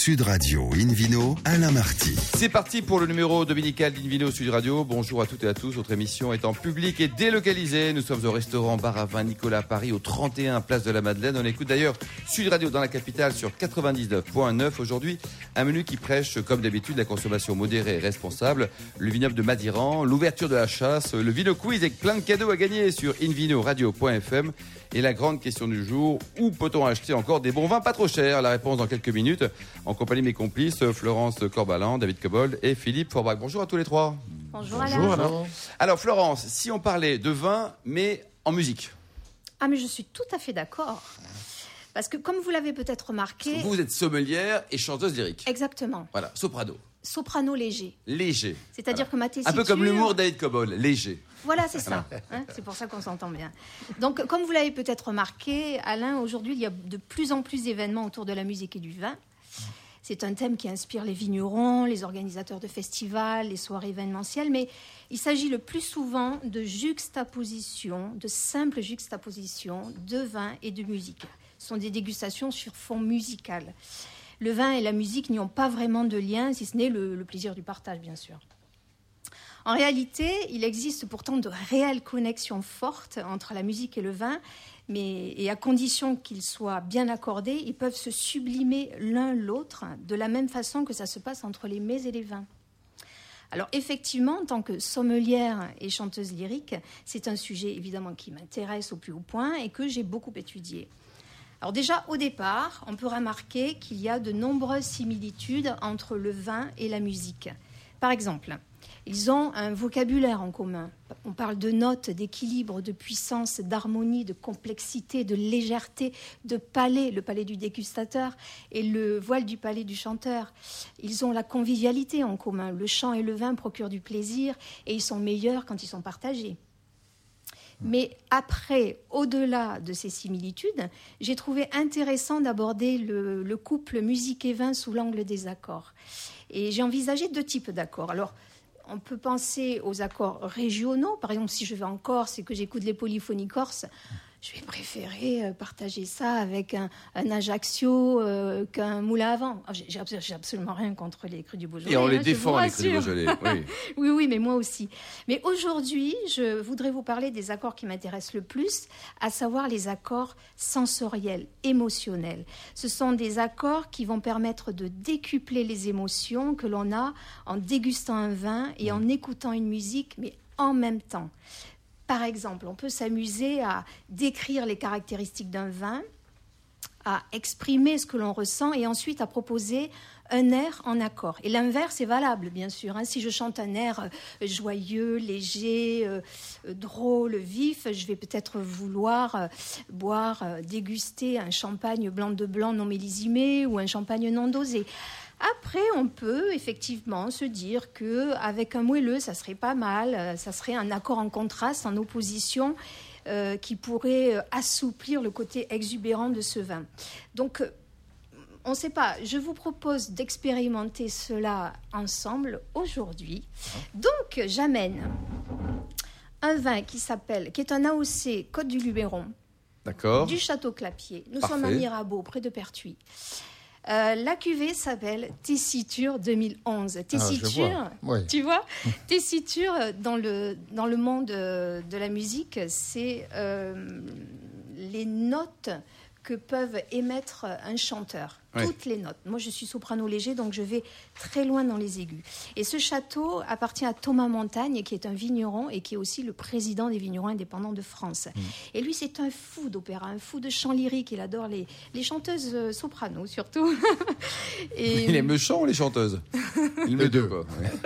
Sud Radio Invino, Alain Marty. C'est parti pour le numéro dominical d'Invino Sud Radio. Bonjour à toutes et à tous. Notre émission est en public et délocalisée. Nous sommes au restaurant Bar à Vin Nicolas Paris au 31 Place de la Madeleine. On écoute d'ailleurs Sud Radio dans la capitale sur 99.9. Aujourd'hui, un menu qui prêche comme d'habitude la consommation modérée et responsable. Le vignoble de Madiran, l'ouverture de la chasse, le Vino Quiz avec plein de cadeaux à gagner sur invinoradio.fm. Et la grande question du jour, où peut-on acheter encore des bons vins pas trop chers? La réponse dans quelques minutes, en compagnie de mes complices, Florence Corbalan, David Cobold et Philippe Forbach. Bonjour à tous les trois. Bonjour Alain. Alors Florence, si on parlait de vin, mais en musique. Ah mais je suis tout à fait d'accord. Parce que comme vous l'avez peut-être remarqué... Vous êtes sommelière et chanteuse lyrique. Exactement. Voilà, soprano. Soprano léger. Léger. C'est-à-dire que ma tessiture... Un peu comme l'humour David Cobold, léger. Voilà, c'est ça. C'est pour ça qu'on s'entend bien. Donc, comme vous l'avez peut-être remarqué, Alain, aujourd'hui, il y a de plus en plus d'événements autour de la musique et du vin. C'est un thème qui inspire les vignerons, les organisateurs de festivals, les soirées événementielles, mais il s'agit le plus souvent de juxtaposition, de simples juxtapositions de vin et de musique. Ce sont des dégustations sur fond musical. Le vin et la musique n'y ont pas vraiment de lien, si ce n'est le plaisir du partage, bien sûr. En réalité, il existe pourtant de réelles connexions fortes entre la musique et le vin, et à condition qu'ils soient bien accordés, ils peuvent se sublimer l'un l'autre de la même façon que ça se passe entre les mets et les vins. Alors effectivement, en tant que sommelière et chanteuse lyrique, c'est un sujet évidemment qui m'intéresse au plus haut point et que j'ai beaucoup étudié. Alors déjà, au départ, on peut remarquer qu'il y a de nombreuses similitudes entre le vin et la musique. Par exemple, ils ont un vocabulaire en commun. On parle de notes, d'équilibre, de puissance, d'harmonie, de complexité, de légèreté, de palais, le palais du dégustateur et le voile du palais du chanteur. Ils ont la convivialité en commun. Le chant et le vin procurent du plaisir et ils sont meilleurs quand ils sont partagés. Mais après, au-delà de ces similitudes, j'ai trouvé intéressant d'aborder le couple musique et vin sous l'angle des accords. Et j'ai envisagé deux types d'accords. Alors, on peut penser aux accords régionaux. Par exemple, si je vais en Corse et que j'écoute les polyphonies corses, je vais préférer partager ça avec un Ajaccio qu'un moulin à vent. J'ai absolument rien contre les crus du Beaujolais. Et on les défend, les crus du Beaujolais. Oui. oui, mais moi aussi. Mais aujourd'hui, je voudrais vous parler des accords qui m'intéressent le plus, à savoir les accords sensoriels, émotionnels. Ce sont des accords qui vont permettre de décupler les émotions que l'on a en dégustant un vin et en écoutant une musique, mais en même temps. Par exemple, on peut s'amuser à décrire les caractéristiques d'un vin, à exprimer ce que l'on ressent et ensuite à proposer un air en accord. Et l'inverse est valable, bien sûr. Si je chante un air joyeux, léger, drôle, vif, je vais peut-être vouloir déguster un champagne blanc de blanc non millésimé ou un champagne non dosé. Après, on peut effectivement se dire qu'avec un moelleux, ça serait pas mal, ça serait un accord en contraste, en opposition, qui pourrait assouplir le côté exubérant de ce vin. Donc, on ne sait pas, je vous propose d'expérimenter cela ensemble aujourd'hui. Donc, j'amène un vin qui est un AOC Côte du Luberon, du Château Clapier. Nous sommes à Mirabeau, près de Pertuis. La cuvée s'appelle Tessiture 2011. Tessiture, tu vois, Tessiture dans le monde de la musique, c'est les notes que peuvent émettre un chanteur. Toutes les notes. Moi, je suis soprano léger, donc je vais très loin dans les aigus. Et ce château appartient à Thomas Montagne, qui est un vigneron et qui est aussi le président des vignerons indépendants de France. Et lui, c'est un fou d'opéra, un fou de chant lyrique. Il adore les chanteuses soprano, surtout. Et... Il aime le chant ou les chanteuses? Il met deux, quoi.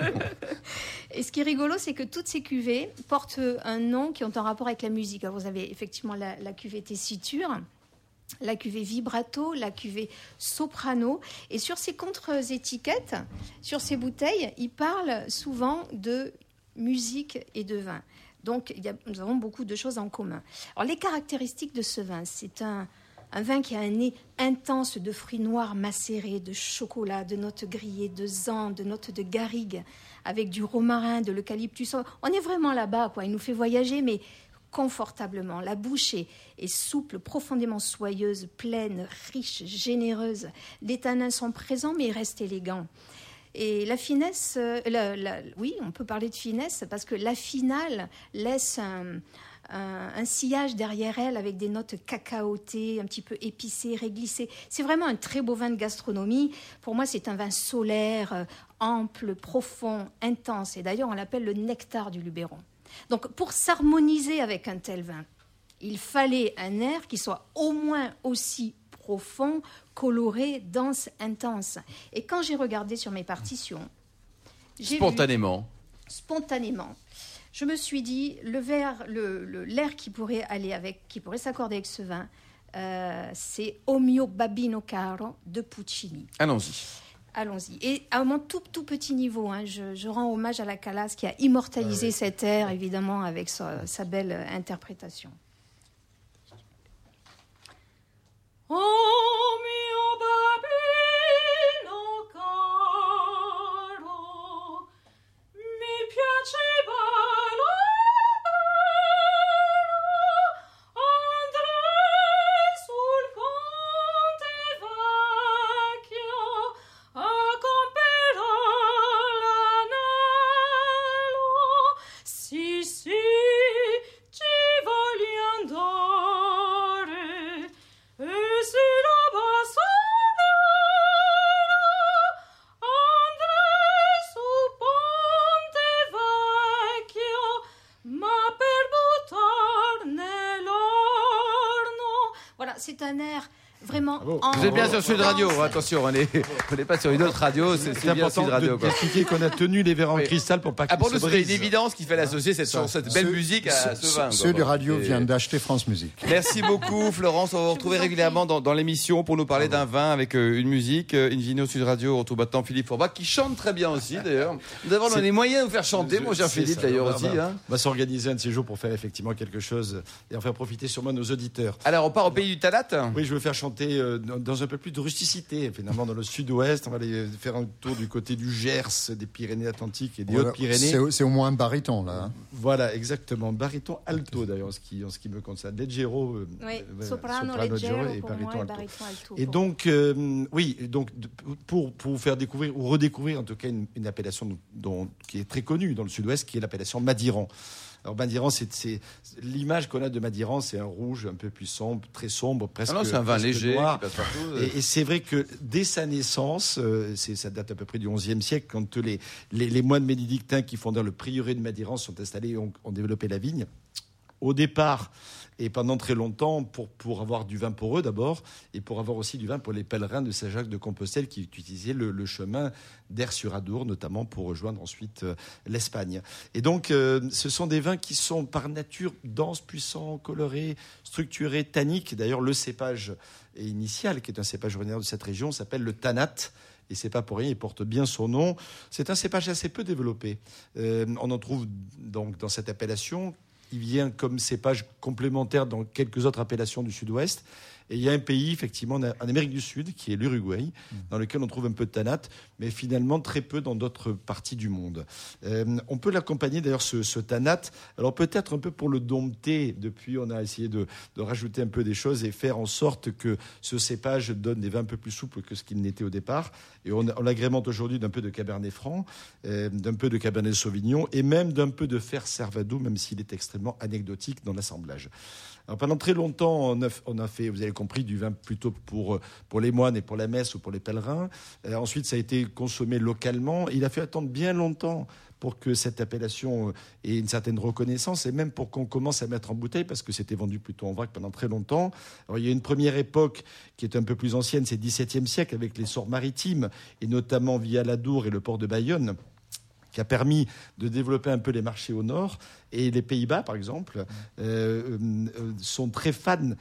Et ce qui est rigolo, c'est que toutes ces cuvées portent un nom qui ont un rapport avec la musique. Alors, vous avez effectivement la cuvée Tessiture, la cuvée vibrato, la cuvée soprano. Et sur ces contre-étiquettes, sur ces bouteilles, ils parlent souvent de musique et de vin. Donc, nous avons beaucoup de choses en commun. Alors, les caractéristiques de ce vin, c'est un vin qui a un nez intense de fruits noirs macérés, de chocolat, de notes grillées, de zan, de notes de garrigue, avec du romarin, de l'eucalyptus. On est vraiment là-bas, quoi. Il nous fait voyager, mais confortablement. La bouche est souple, profondément soyeuse, pleine, riche, généreuse. Les tanins sont présents, mais ils restent élégants. Et la finesse, oui, on peut parler de finesse parce que la finale laisse un sillage derrière elle avec des notes cacaotées, un petit peu épicées, réglissées. C'est vraiment un très beau vin de gastronomie. Pour moi, c'est un vin solaire, ample, profond, intense. Et d'ailleurs, on l'appelle le nectar du Luberon. Donc, pour s'harmoniser avec un tel vin, il fallait un air qui soit au moins aussi profond, coloré, dense, intense. Et quand j'ai regardé sur mes partitions, j'ai Spontanément. Spontanément, je me suis dit, l'air qui pourrait s'accorder avec ce vin, c'est O mio babino caro de Puccini. Allons-y. Et à mon tout petit niveau, je rends hommage à la Calas qui a immortalisé cet air, évidemment, avec sa belle interprétation. Oh mio babino caro, mi piaceva andare sul ponte vecchio a comperar l'anello. Sì, ci voglio andare. E se la passonera andrei su ponte vecchio, ma per buttarne l'orno. Voilà, c'est un air vraiment... Vous êtes bien sur Sud Radio, attention, on n'est pas sur une autre radio, c'est bien important Sud Radio. d'expliquer qu'on a tenu les verres en cristal pour pas qu'ils pour se nous, c'était une brisent. évidence qu'il fallait associer cette belle musique à ce vin. Ceux de radio viennent d'acheter France Musique. Merci beaucoup Florence, on va vous retrouver régulièrement dans l'émission pour nous parler d'un vin avec une musique. Invino Sud Radio, on retrouve maintenant Philippe Forbach qui chante très bien aussi d'ailleurs. Nous avons les moyens de vous faire chanter, mon cher Philippe d'ailleurs aussi. On va s'organiser un de ces jours pour faire effectivement quelque chose et en faire profiter sûrement nos auditeurs. Alors on part au pays du Tanat. Oui, je veux faire chanter dans un peu plus de rusticité, finalement dans le sud-ouest. On va aller faire un tour du côté du Gers, des Pyrénées-Atlantiques et des Hautes-Pyrénées. C'est au moins un baryton là. Voilà, exactement. Baryton alto d'ailleurs, en ce qui me concerne. Leggero, soprano leggero et pour moi, baryton alto. alto. Et donc, pour vous faire découvrir ou redécouvrir en tout cas une appellation qui est très connue dans le sud-ouest, qui est l'appellation Madiran. Alors Madiran, c'est l'image qu'on a de Madiran, c'est un rouge un peu plus sombre, très sombre, presque. C'est un vin léger noir. qui passe partout. Et c'est vrai que dès sa naissance, ça date à peu près du XIe siècle, quand les moines bénédictins qui fondèrent le prieuré de Madiran sont installés et ont développé la vigne. Au départ, et pendant très longtemps, pour avoir du vin pour eux d'abord, et pour avoir aussi du vin pour les pèlerins de Saint-Jacques-de-Compostelle qui utilisaient le chemin d'Aire-sur-Adour, notamment pour rejoindre ensuite l'Espagne. Et donc, ce sont des vins qui sont par nature denses, puissants, colorés, structurés, tanniques. D'ailleurs, le cépage initial, qui est un cépage originaire de cette région, s'appelle le Tanat. Et c'est pas pour rien, il porte bien son nom. C'est un cépage assez peu développé. On en trouve donc dans cette appellation. Il vient comme cépage complémentaire dans quelques autres appellations du sud-ouest. Et il y a un pays, effectivement, en Amérique du Sud, qui est l'Uruguay, dans lequel on trouve un peu de tanat, mais finalement très peu dans d'autres parties du monde. On peut l'accompagner, d'ailleurs, ce tanat. Alors peut-être un peu pour le dompter, depuis on a essayé de rajouter un peu des choses et faire en sorte que ce cépage donne des vins un peu plus souples que ce qu'il n'était au départ. Et on l'agrémente aujourd'hui d'un peu de Cabernet Franc, d'un peu de Cabernet Sauvignon et même d'un peu de Fer Servado, même s'il est extrêmement anecdotique dans l'assemblage. Alors pendant très longtemps, on a fait, vous avez compris, du vin plutôt pour les moines et pour la messe ou pour les pèlerins. Ensuite, ça a été consommé localement. Il a fait attendre bien longtemps pour que cette appellation ait une certaine reconnaissance et même pour qu'on commence à mettre en bouteille, parce que c'était vendu plutôt en vrac pendant très longtemps. Alors, il y a une première époque qui est un peu plus ancienne, c'est le XVIIe siècle, avec l'essor maritime, et notamment via l'Adour et le port de Bayonne, qui a permis de développer un peu les marchés au nord. Et les Pays-Bas, par exemple, sont très fans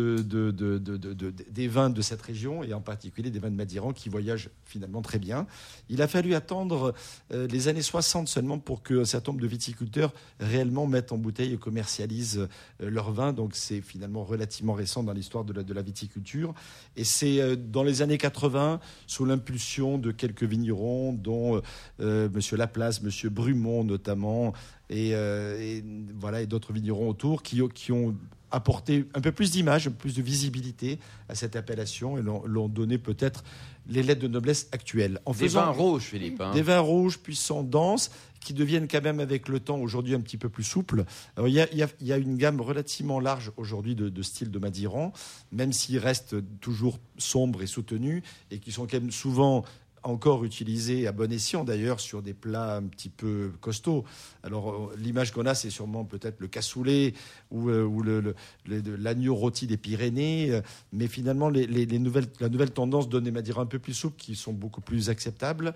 des vins de cette région, et en particulier des vins de Madiran, qui voyagent finalement très bien. Il a fallu attendre les années 60 seulement pour qu'un certain nombre de viticulteurs réellement mettent en bouteille et commercialisent leurs vins. Donc c'est finalement relativement récent dans l'histoire de la viticulture. Et c'est dans les années 80, sous l'impulsion de quelques vignerons, dont M. Laplace, place, Monsieur Brumont notamment, et d'autres vignerons autour qui ont apporté un peu plus d'image, un peu plus de visibilité à cette appellation et l'ont donné peut-être les lettres de noblesse actuelles. Des vins rouges, Philippe. Des vins rouges, puissants, denses, qui deviennent quand même avec le temps aujourd'hui un petit peu plus souples. Alors, il y a une gamme relativement large aujourd'hui de styles de Madiran, même s'ils restent toujours sombres et soutenus et qui sont quand même souvent encore utilisés à bon escient d'ailleurs sur des plats un petit peu costauds. Alors l'image qu'on a, c'est sûrement peut-être le cassoulet ou l'agneau rôti des Pyrénées, mais finalement la nouvelle tendance donne des Madeira un peu plus souples qui sont beaucoup plus acceptables,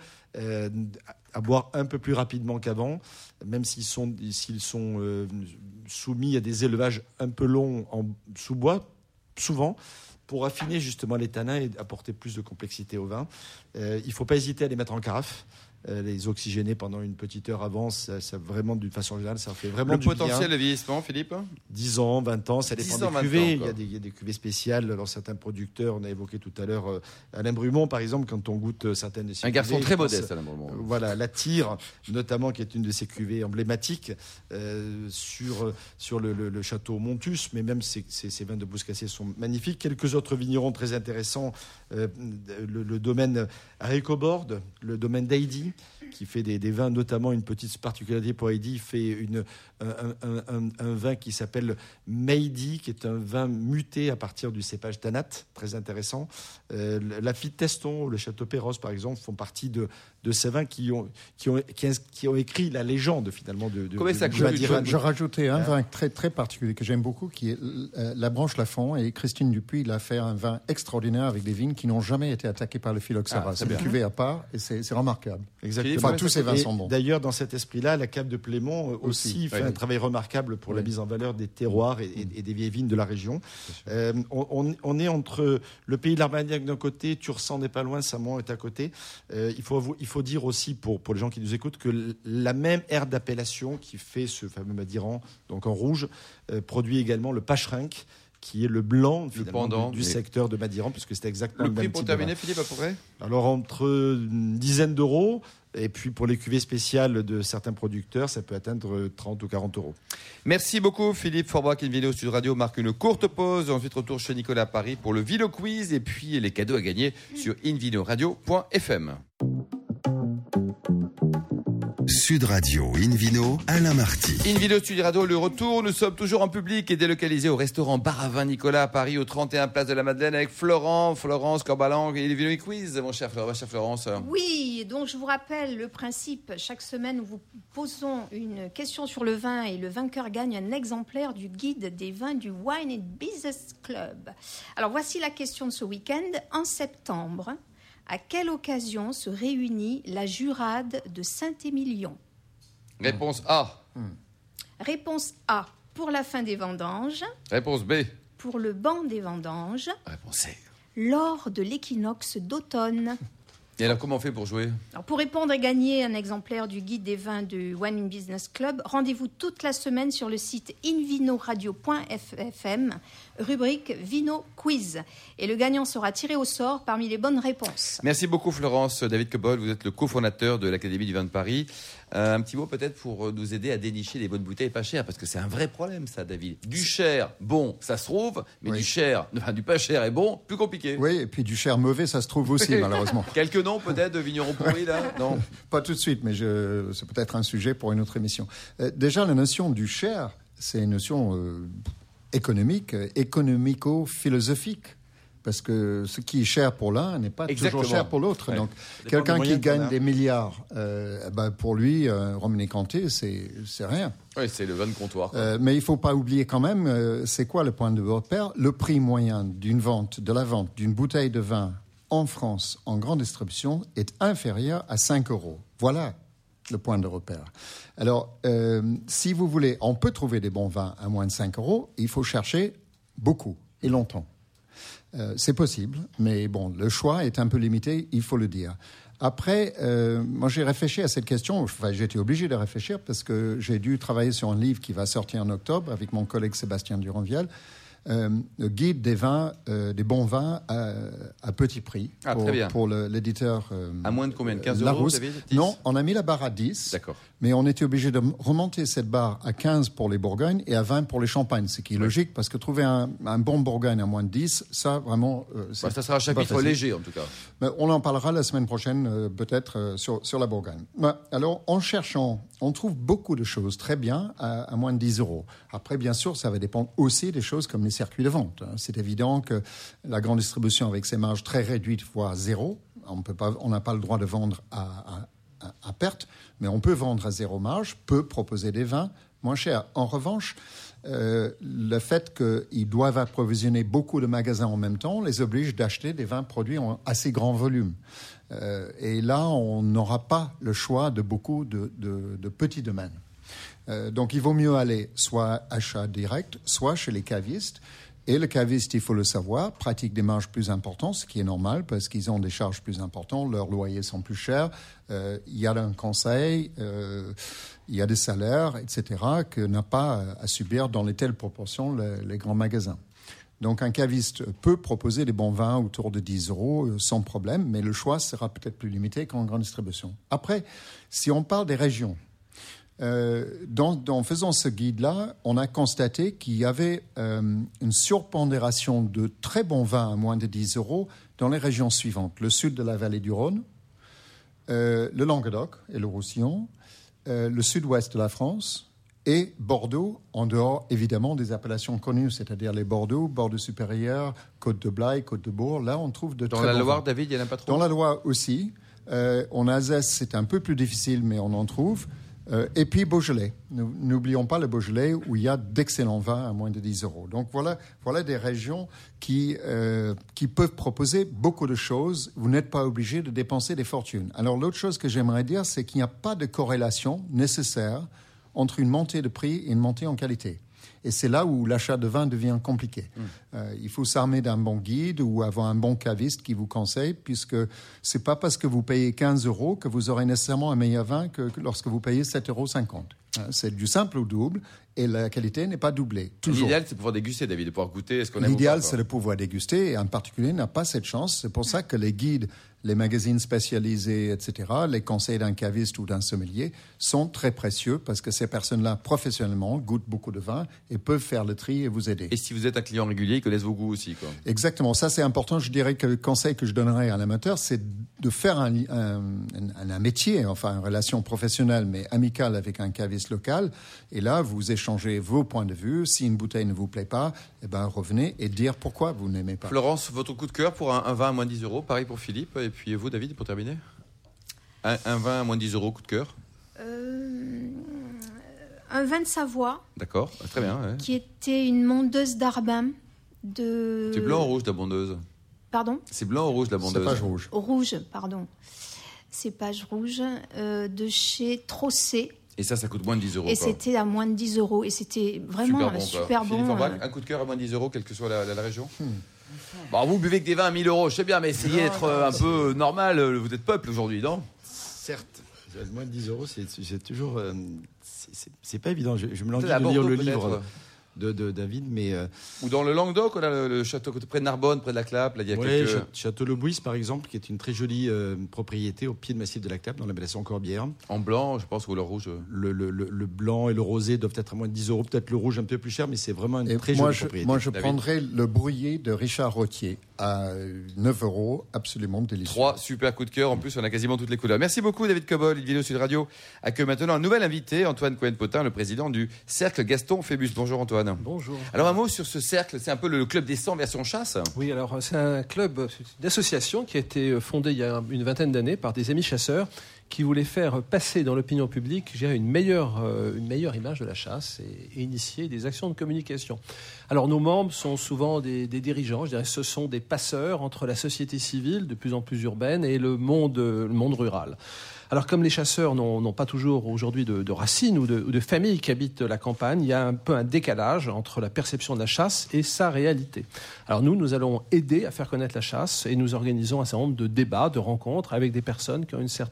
à boire un peu plus rapidement qu'avant, même s'ils sont soumis à des élevages un peu longs en sous-bois, souvent, pour affiner justement les tanins et apporter plus de complexité au vin. Il ne faut pas hésiter à les mettre en carafe. Les oxygéner pendant une petite heure avant, ça vraiment, d'une façon générale, ça fait vraiment du bien. Le potentiel de vieillissement, Philippe ? 10 ans, 20 ans, ça dépend des cuvées. Il y a des cuvées spéciales dans certains producteurs. On a évoqué tout à l'heure Alain Brumont, par exemple, quand on goûte certaines de ses cuvées. Un garçon très modeste, Alain Brumont. Voilà, la Tire, notamment, qui est une de ses cuvées emblématiques sur le château Montus, mais même ces vins de Bouscassier sont magnifiques. Quelques autres vignerons très intéressants, le domaine Arécobord, le domaine d'Heidi, qui fait des vins, notamment une petite particularité pour Heidi, il fait un vin qui s'appelle Meidi, qui est un vin muté à partir du cépage Tanat, très intéressant. Lafite Teston, le Château Perros, par exemple, font partie de ces vins qui ont écrit la légende, finalement, de Madiran. Je rajoutais un vin très, très particulier que j'aime beaucoup, qui est la Branche Lafont, et Christine Dupuis, il a fait un vin extraordinaire avec des vignes qui n'ont jamais été attaquées par le phylloxéra. C'est une cuvée à part, et c'est remarquable. Exactement. Enfin, tous ces vins sont bons. D'ailleurs, dans cet esprit-là, la cave de Plémont aussi fait un travail remarquable pour la mise en valeur des terroirs et des vieilles vignes de la région. On est entre le pays de l'Armagnac d'un côté, Tursan n'est pas loin, Samon est à côté. Il faut dire aussi, pour les gens qui nous écoutent, que la même aire d'appellation qui fait ce fameux Madiran, donc en rouge, produit également le Pacherinck, qui est le blanc du secteur de Madiran, puisque c'est exactement le même type. Le prix pour terminer, Philippe, à peu près ? Alors, entre une dizaine d'euros, et puis pour les cuvées spéciales de certains producteurs, ça peut atteindre 30 ou 40 euros. Merci beaucoup, Philippe Forbach. Invino Sud Radio marque une courte pause. Ensuite, retour chez Nicolas à Paris pour le Vino Quiz et puis les cadeaux à gagner sur invinoradio.fm. Sud Radio Invino, Alain Marty. Invino Sud Radio, le retour. Nous sommes toujours en public et délocalisés au restaurant Bar à Vin Nicolas à Paris, au 31 Place de la Madeleine, avec Florence Corbalan et les Vino Quiz. Mon cher Florence. Oui, donc je vous rappelle le principe. Chaque semaine, nous vous posons une question sur le vin et le vainqueur gagne un exemplaire du guide des vins du Wine and Business Club. Alors voici la question de ce week-end. En septembre, à quelle occasion se réunit la Jurade de Saint-Émilion ? Réponse A. Réponse A, pour la fin des vendanges. Réponse B. Pour le banc des vendanges. Réponse C. Lors de l'équinoxe d'automne. Et alors, comment on fait pour jouer ? Alors, pour répondre et gagner un exemplaire du guide des vins du Wine and Business Club, rendez-vous toute la semaine sur le site invinoradio.fm, rubrique Vino Quiz. Et le gagnant sera tiré au sort parmi les bonnes réponses. Merci beaucoup, Florence. David Cobol, vous êtes le cofondateur de l'Académie du vin de Paris. Un petit mot peut-être pour nous aider à dénicher les bonnes bouteilles pas chères, parce que c'est un vrai problème, ça, David. Du cher, bon, ça se trouve, mais du pas cher et bon, plus compliqué. Oui, et puis du cher mauvais, ça se trouve aussi, malheureusement. Quelques noms peut-être de vignerons pourris, là ? Non. Pas tout de suite, mais c'est peut-être un sujet pour une autre émission. Déjà, la notion du cher, c'est une notion économique, économico-philosophique. Parce que ce qui est cher pour l'un n'est pas toujours cher pour l'autre. Ouais. Donc, quelqu'un qui gagne des milliards, pour lui, Romanée Conti, c'est rien. Oui, c'est le vin de comptoir. Mais il ne faut pas oublier quand même, c'est quoi le point de repère ? Le prix moyen de la vente d'une bouteille de vin en France, en grande distribution, est inférieur à 5 euros. Voilà le point de repère. Alors, si vous voulez, on peut trouver des bons vins à moins de 5 euros, il faut chercher beaucoup et longtemps. C'est possible, mais bon, le choix est un peu limité, il faut le dire. Après, moi j'ai réfléchi à cette question, j'ai été obligé de réfléchir parce que j'ai dû travailler sur un livre qui va sortir en octobre avec mon collègue Sébastien Duranviel guide des vins, des bons vins à petit prix pour l'éditeur. À moins de combien? 15 Larousse. €, David? 10? Non, on a mis la barre à 10. D'accord. Mais on était obligé de remonter cette barre à 15 pour les Bourgognes et à 20 pour les Champagnes, ce qui est logique parce que trouver un bon Bourgogne à moins de 10, ça vraiment... ça sera un chapitre léger en tout cas. Mais on en parlera la semaine prochaine peut-être sur la Bourgogne. Alors en cherchant, on trouve beaucoup de choses très bien à moins de 10 €. Après, bien sûr, ça va dépendre aussi des choses comme les circuits de vente. C'est évident que la grande distribution avec ses marges très réduites, voire zéro, on n'a pas le droit de vendre à perte, mais on peut vendre à zéro marge, peut proposer des vins moins chers. En revanche, le fait qu'ils doivent approvisionner beaucoup de magasins en même temps les oblige d'acheter des vins produits en assez grand volume. Et là, on n'aura pas le choix de beaucoup de petits domaines. Donc, il vaut mieux aller soit achat direct, soit chez les cavistes. Et le caviste, il faut le savoir, pratique des marges plus importantes, ce qui est normal parce qu'ils ont des charges plus importantes, leurs loyers sont plus chers, il y a un conseil, il y a des salaires, etc., que n'a pas à subir dans les telles proportions les grands magasins. Donc un caviste peut proposer des bons vins autour de 10 € sans problème, mais le choix sera peut-être plus limité qu'en grande distribution. Après, si on parle des régions, en faisant ce guide-là, on a constaté qu'il y avait une surpondération de très bons vins à moins de 10 € dans les régions suivantes. Le sud de la vallée du Rhône, le Languedoc et le Roussillon, le sud-ouest de la France et Bordeaux, en dehors évidemment des appellations connues, c'est-à-dire les Bordeaux, Bordeaux supérieur, Côte de Blaye, Côte de Bourg. Là, on trouve de très bons vins. Dans la Loire, David, il n'y en a pas trop? Dans la Loire aussi. En Alsace, c'est un peu plus difficile, mais on en trouve. Et puis Beaujolais. N'oublions pas le Beaujolais où il y a d'excellents vins à moins de 10 €. Donc voilà des régions qui peuvent proposer beaucoup de choses. Vous n'êtes pas obligé de dépenser des fortunes. Alors l'autre chose que j'aimerais dire, c'est qu'il n'y a pas de corrélation nécessaire entre une montée de prix et une montée en qualité. Et c'est là où l'achat de vin devient compliqué. Il faut s'armer d'un bon guide ou avoir un bon caviste qui vous conseille, puisque c'est pas parce que vous payez 15 € que vous aurez nécessairement un meilleur vin que lorsque vous payez 7,50 €. C'est du simple au double et la qualité n'est pas doublée. Toujours. L'idéal, c'est de pouvoir déguster, David, de pouvoir goûter. Est-ce qu'on aime L'idéal, ou pas, c'est de pouvoir déguster et en particulier n'a pas cette chance. C'est pour ça que les guides, les magazines spécialisés, etc., les conseils d'un caviste ou d'un sommelier sont très précieux parce que ces personnes-là, professionnellement, goûtent beaucoup de vin et peuvent faire le tri et vous aider. Et si vous êtes un client régulier, ils connaissent vos goûts aussi, quoi. Exactement. Ça, c'est important. Je dirais que le conseil que je donnerais à l'amateur, c'est de faire un métier, enfin, une relation professionnelle, mais amicale avec un caviste local. Et là, vous échangez vos points de vue. Si une bouteille ne vous plaît pas, eh ben, revenez et dire pourquoi vous n'aimez pas. Florence, votre coup de cœur pour un vin à moins de 10 €, pareil pour Philippe. Et puis vous, David, pour terminer, un vin à moins de 10 €, coup de cœur. Un vin de Savoie. D'accord, très bien. Ouais. Qui était une mondeuse d'Arbin. C'est blanc ou rouge, la bondeuse? Pardon? C'est blanc ou rouge, la bondeuse? Cépage rouge. Rouge, pardon. Cépage rouge de chez Trossé. Et ça coûte moins de 10 €. Et c'était à moins de 10 €. Et c'était vraiment super bon. Un coup de cœur à moins de 10 €, quelle que soit la région. Bon, vous buvez que des vins à 1000 €, je sais bien, mais essayez d'être un peu normal. Vous êtes peuple aujourd'hui, non? Certes. Moins de 10 €, c'est toujours... c'est pas évident. Je me languis de Bordeaux, lire le livre de David, mais... Ou dans le Languedoc, on a le château près de Narbonne, près de la Clappe. Là, il y a quelques... Château Le Bouis, par exemple, qui est une très jolie propriété au pied de massif de la Clappe, dans l'appellation Corbière. En blanc, je pense, ou le rouge. Le blanc et le rosé doivent être à moins de 10 €. Peut-être le rouge un peu plus cher, mais c'est vraiment une très jolie propriété. Moi, je prendrais le Brouillé de Richard Rottier à 9 €, absolument délicieux. 3 super coups de cœur. En plus, on a quasiment toutes les couleurs. Merci beaucoup, David Cobol. Invino Sud Radio accueille maintenant un nouvel invité, Antoine Cohen-Potin, le président du Cercle Gaston Phébus. Bonjour, Antoine. Bonjour. Alors, un mot sur ce cercle. C'est un peu le club des 100 version chasse. Oui, alors c'est un club d'association qui a été fondé il y a une vingtaine d'années par des amis chasseurs qui voulaient faire passer dans l'opinion publique une meilleure image de la chasse et initier des actions de communication. Alors nos membres sont souvent des dirigeants, je dirais ce sont des passeurs entre la société civile de plus en plus urbaine et le monde rural. Alors comme les chasseurs n'ont pas toujours aujourd'hui de racines ou de familles qui habitent la campagne, il y a un peu un décalage entre la perception de la chasse et sa réalité. Alors nous allons aider à faire connaître la chasse et nous organisons un certain nombre de débats, de rencontres avec des personnes qui ont une certaine influence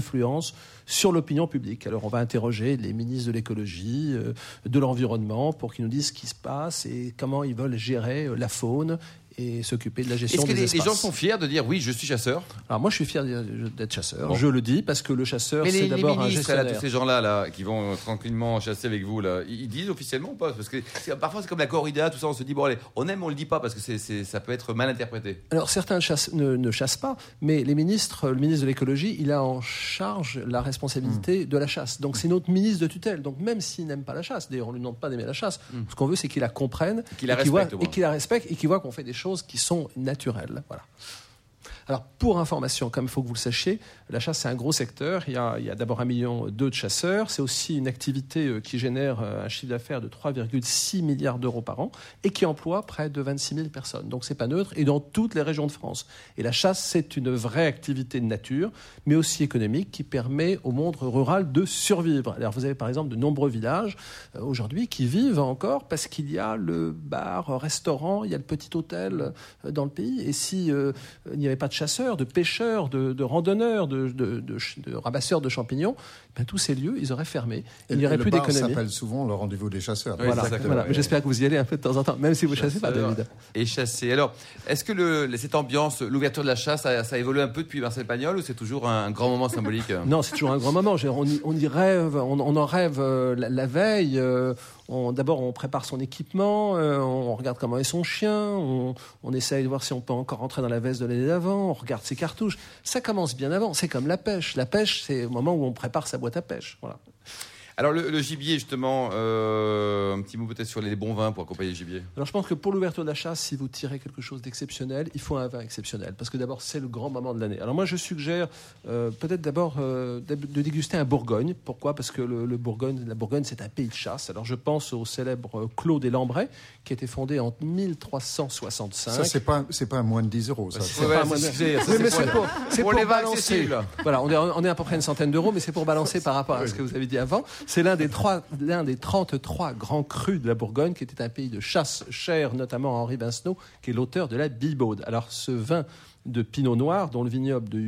influence sur l'opinion publique. Alors on va interroger les ministres de l'écologie, de l'environnement, pour qu'ils nous disent ce qui se passe et comment ils veulent gérer la faune et s'occuper de la gestion des espaces. Est-ce que les gens sont fiers de dire oui, je suis chasseur? Alors moi, je suis fier d'être chasseur. Bon. Je le dis parce que le chasseur, c'est d'abord un gestionnaire. Tous ces gens-là, qui vont tranquillement chasser avec vous, là, ils disent officiellement ou pas? Parce que parfois, c'est comme la corrida, tout ça. On se dit bon, allez, on aime, on le dit pas parce que ça peut être mal interprété. Alors certains ne chassent pas, mais le ministre de l'écologie, il a en charge la responsabilité de la chasse. Donc c'est notre ministre de tutelle. Donc même s'il n'aime pas la chasse, d'ailleurs, on lui demande pas d'aimer la chasse. Ce qu'on veut, c'est qu'il la comprenne, qu'il la respecte et qu'il voit qu'on fait des choses qui sont naturelles. Voilà. Alors, pour information, comme il faut que vous le sachiez, la chasse, c'est un gros secteur. Il y a d'abord 1,2 million de chasseurs. C'est aussi une activité qui génère un chiffre d'affaires de 3,6 milliards d'euros par an et qui emploie près de 26 000 personnes. Donc, c'est pas neutre et dans toutes les régions de France. Et la chasse, c'est une vraie activité de nature, mais aussi économique qui permet au monde rural de survivre. Alors, vous avez par exemple de nombreux villages aujourd'hui qui vivent encore parce qu'il y a le bar, restaurant, il y a le petit hôtel dans le pays. Et si il n'y avait pas de chasseurs, de pêcheurs, de randonneurs, de ramasseurs de champignons, ben, tous ces lieux, ils auraient fermé. Il n'y aurait plus d'économie. Ça s'appelle souvent le rendez-vous des chasseurs. Oui, voilà. Mais j'espère que vous y allez un peu de temps en temps, même si vous ne chassez pas, David. Et chasser. Alors, est-ce que cette ambiance, l'ouverture de la chasse, ça a évolué un peu depuis Marcel Pagnol ou c'est toujours un grand moment symbolique? Non, c'est toujours un grand moment. On y rêve, on en rêve la veille. D'abord, on prépare son équipement, on regarde comment est son chien, on essaye de voir si on peut encore rentrer dans la veste de l'année d'avant, on regarde ses cartouches. Ça commence bien avant. C'est comme la pêche. La pêche, c'est au moment où on prépare sa boîte à pêche. Voilà. Alors le gibier, justement, un petit mot peut-être sur les bons vins pour accompagner le gibier. Alors je pense que pour l'ouverture de la chasse, si vous tirez quelque chose d'exceptionnel, il faut un vin exceptionnel, parce que d'abord c'est le grand moment de l'année. Alors moi je suggère peut-être d'abord de déguster un Bourgogne. Pourquoi? Parce que la Bourgogne c'est un pays de chasse. Alors je pense au célèbre Clos des Lambrais, qui a été fondé en 1365. Ça c'est pas un moins de 10 euros. Ça. C'est pour les balancer. Voilà, on est à peu près une centaine d'euros, mais c'est pour balancer par rapport à ce que vous avez dit avant. C'est l'un des 33 grands crus de la Bourgogne, qui était un pays de chasse, cher notamment à Henri Vincenot, qui est l'auteur de la Bibaude. Alors ce vin de Pinot Noir, dont le vignoble de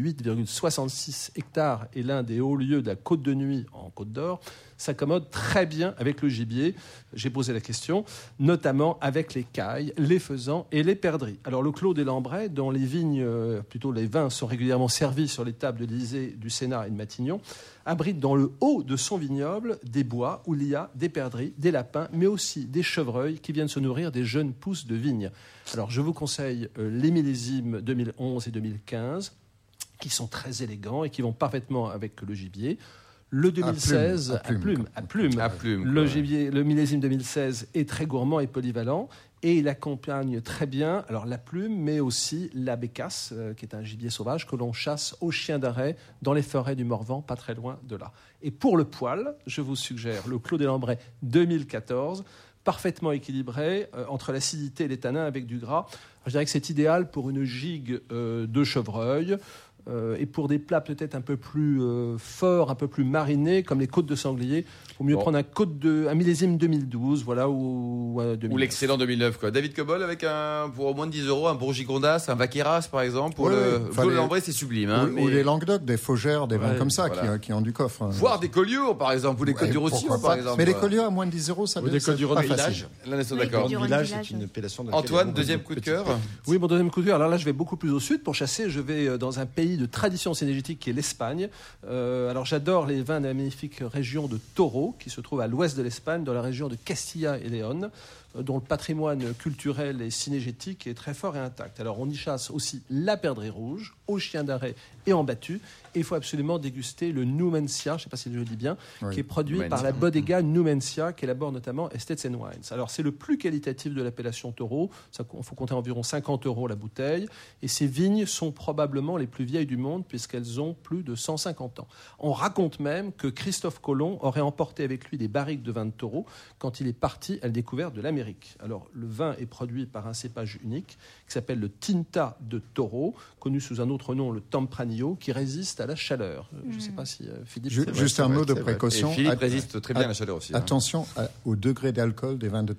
8,66 hectares est l'un des hauts lieux de la Côte de Nuit en Côte d'Or, s'accommode très bien avec le gibier. J'ai posé la question, notamment avec les cailles, les faisans et les perdrix. Alors le Clos des Lambrais, dont les vignes, plutôt les vins, sont régulièrement servis sur les tables de l'Élysée, du Sénat et de Matignon, abrite dans le haut de son vignoble des bois où il y a des perdrix, des lapins, mais aussi des chevreuils qui viennent se nourrir des jeunes pousses de vigne. Alors je vous conseille les millésimes 2011 et 2015, qui sont très élégants et qui vont parfaitement avec le gibier. Le 2016, à plume. Le millésime 2016 est très gourmand et polyvalent et il accompagne très bien la plume, mais aussi la bécasse, qui est un gibier sauvage que l'on chasse au chien d'arrêt dans les forêts du Morvan, pas très loin de là. Et pour le poil, je vous suggère le Clos des Lambrais 2014, parfaitement équilibré entre l'acidité et les tanins avec du gras. Je dirais que c'est idéal pour une gigue de chevreuil. Et pour des plats peut-être un peu plus forts, un peu plus marinés, comme les côtes de sanglier, il vaut mieux prendre un millésime 2012, voilà, ou 2009. Ou l'excellent 2009, quoi. David Cobol, avec pour au moins de 10 euros, un Bourgigondas, un Vaqueras, par exemple. Pour le Lambrais, c'est sublime. Hein, ou les Languedoc, des Faugères, des vins comme ça, voilà, qui ont du coffre. Voire des Collioures, par exemple, ou les Côtes du Roussillon, par exemple. Mais les Collioures à moins de 10 euros, ça ou des Côtes du Rhône Village. Là, nous sommes d'accord. Le Village, c'est une appellation de Antoine, deuxième coup de cœur. Oui, mon deuxième coup de cœur. Alors là, je vais beaucoup plus au sud pour chasser. Je vais dans un pays de tradition synergétique qui est l'Espagne. Alors j'adore les vins de la magnifique région de Toro, qui se trouve à l'ouest de l'Espagne, dans la région de Castilla et Léon, dont le patrimoine culturel et cinégétique est très fort et intact. Alors on y chasse aussi la perdrix rouge, au chien d'arrêt et en battu. Et il faut absolument déguster le Numancia, je ne sais pas si je le dis bien, qui est produit par la bodega Numancia, qui élabore notamment Estates & Wines. Alors c'est le plus qualitatif de l'appellation Toro, il faut compter environ 50 € la bouteille, et ces vignes sont probablement les plus vieilles du monde, puisqu'elles ont plus de 150 ans. On raconte même que Christophe Colomb aurait emporté avec lui des barriques de vin de Toro quand il est parti à la découverte de l'Amérique. Alors le vin est produit par un cépage unique qui s'appelle le Tinta de Toro, connu sous un autre nom, le Tempranillo, qui résiste à la chaleur. Je ne sais pas si Philippe... Juste un mot de précaution. Et Philippe résiste très bien à la chaleur aussi. Attention au degré d'alcool des vins de Toro.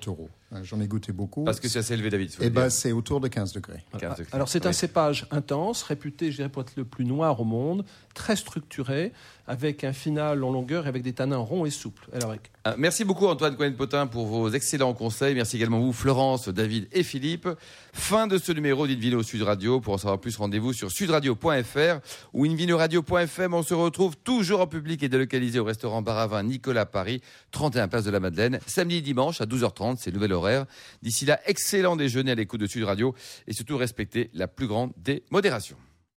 J'en ai goûté beaucoup. Parce que c'est assez élevé, David. Eh ben, c'est autour de 15 degrés. 15 degrés. Alors c'est un cépage intense, réputé, je dirais, pour être le plus noir au monde, très structuré, avec un final en longueur et avec des tanins ronds et souples. Alors, merci beaucoup Antoine Cohen-Potin pour vos excellents conseils. Merci également vous Florence, David et Philippe. Fin de ce numéro d'Invino Sud Radio. Pour en savoir plus, rendez-vous sur sudradio.fr ou invinoradio.fm. On se retrouve toujours en public et délocalisé au restaurant Bar à Vin Nicolas Paris, 31 place de la Madeleine, samedi et dimanche à 12h30, c'est le nouvel horaire. D'ici là, excellent déjeuner à l'écoute de Sud Radio et surtout respectez la plus grande des modérations.